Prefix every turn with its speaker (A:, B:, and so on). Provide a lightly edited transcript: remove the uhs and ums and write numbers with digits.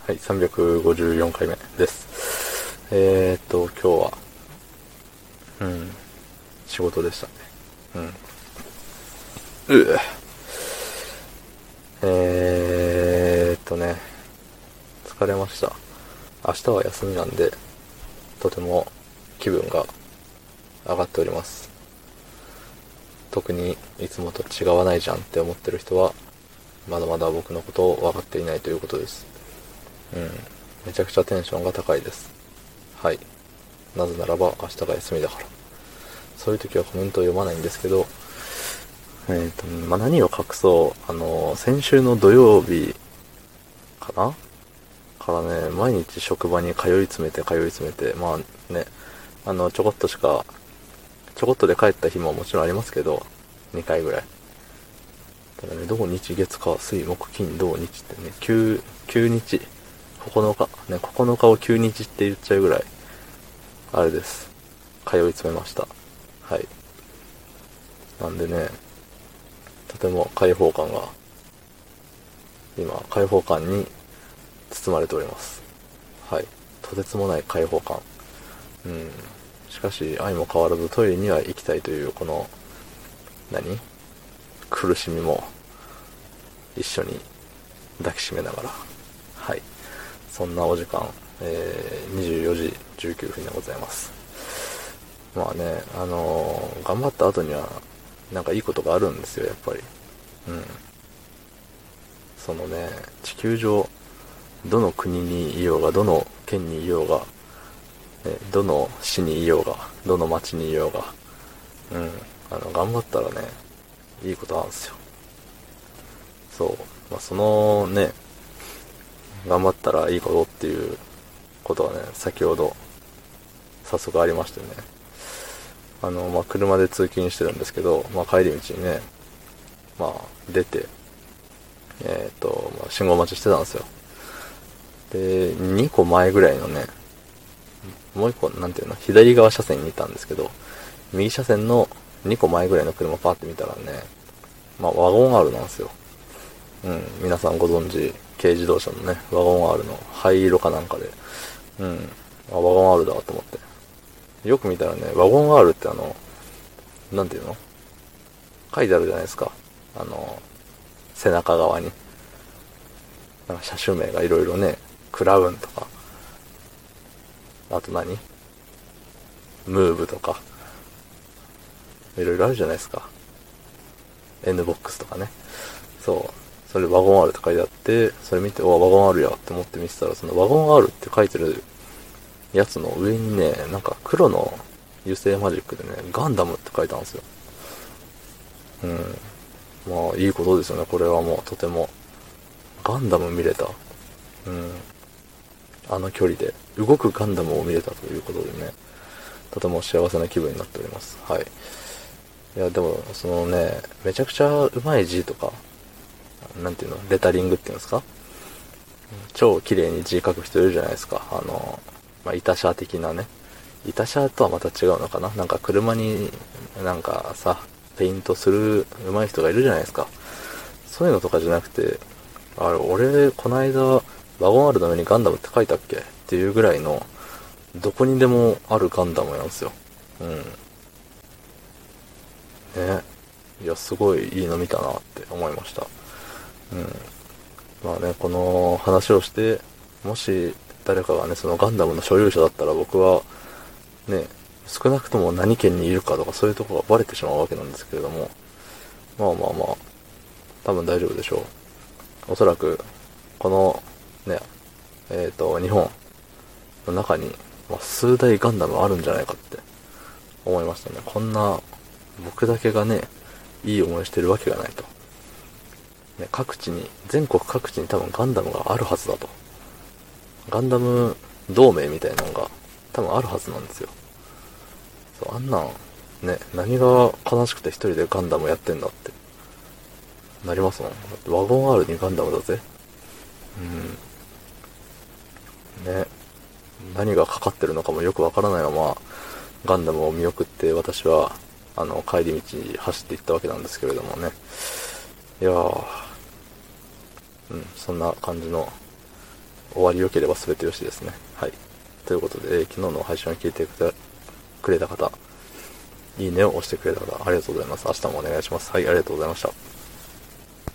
A: はい、354回目です。今日は、仕事でしたね。うね、疲れました。明日は休みなんで、とても気分が上がっております。特にいつもと違わないじゃんって思ってる人は、まだまだ僕のことを分かっていないということです。めちゃくちゃテンションが高いです。はい。なぜならば明日が休みだから。そういう時はコメントを読まないんですけど、何を隠そう、先週の土曜日かなからね、毎日職場に通い詰めて、まあね、ちょこっとで帰った日ももちろんありますけど、2回ぐらい。ただね、土日月火水木金土日ってね、9日、9日、ね、9日を9日って言っちゃうぐらい、あれです。通い詰めました。はい。なんでね、とても開放感に包まれております。はい。とてつもない開放感。しかし、相も変わらずトイレには行きたいという、この、苦しみも一緒に抱きしめながら。はい。そんなお時間、24時19分でございます。まあね、頑張った後には、なんかいいことがあるんですよ、やっぱり。そのね、地球上、どの国にいようが、どの県にいようが、どの市にいようが、どの町にいようが、頑張ったらね、いいことなんですよ。そう。まあ、そのね、頑張ったらいいことっていうことはね、先ほど、早速ありましてね。まあ、車で通勤してるんですけど、まあ、帰り道にね、まあ、出て、まあ、信号待ちしてたんですよ。で、2個前ぐらいのね、もう1個、なんていうの、左側車線にいたんですけど、右車線の2個前ぐらいの車パーって見たらね、まあ、ワゴン R なんですよ。皆さんご存知、軽自動車のね、ワゴン R の灰色かなんかで、ワゴン R だと思って。よく見たらね、ワゴン R ってなんていうの書いてあるじゃないですか。背中側に。なんか車種名がいろいろね、クラウンとか、あとムーブとか、いろいろあるじゃないですか。N ボックスとかね。そう。それワゴン R って書いてあって、それ見て、ワゴン R やって思って見てたら、そのワゴン R って書いてるやつの上にね、なんか黒の油性マジックでね、ガンダムって書いたんですよ。まあ、いいことですよね。これはもうとても。ガンダム見れた。あの距離で。動くガンダムを見れたということでね、とても幸せな気分になっております。はい。いや、でも、そのね、めちゃくちゃうまい字とか、なんていうの、レタリングっていうんですか、超綺麗に字書く人いるじゃないですか。まあ、板車的なね。板車とはまた違うのかな、なんか車になんかさ、ペイントする上手い人がいるじゃないですか。そういうのとかじゃなくて、あれ、俺、この間、ワゴン R の上にガンダムって書いたっけっていうぐらいの、どこにでもあるガンダムなんですよ。ね。いや、すごいいいの見たなって思いました。まあね、この話をして、もし誰かがね、そのガンダムの所有者だったら僕は、ね、少なくとも何県にいるかとかそういうところがバレてしまうわけなんですけれども、まあまあまあ、多分大丈夫でしょう。おそらく、この、ね、日本の中に、まあ、数台ガンダムあるんじゃないかって思いましたね。こんな、僕だけがね、いい思いしてるわけがないと。ね、全国各地に多分ガンダムがあるはずだと。ガンダム同盟みたいなのが多分あるはずなんですよ。そう、あんなん、ね、何が悲しくて一人でガンダムやってんだってなりますもん。だってワゴン R にガンダムだぜ。ね。何がかかってるのかもよくわからないまま、ガンダムを見送って私は、帰り道走っていったわけなんですけれどもね。いやー、そんな感じの終わり良ければ全てよしですね。はい。ということで、昨日の配信を聞いてくれた方、いいねを押してくれた方、ありがとうございます。明日もお願いします。はい、ありがとうございました。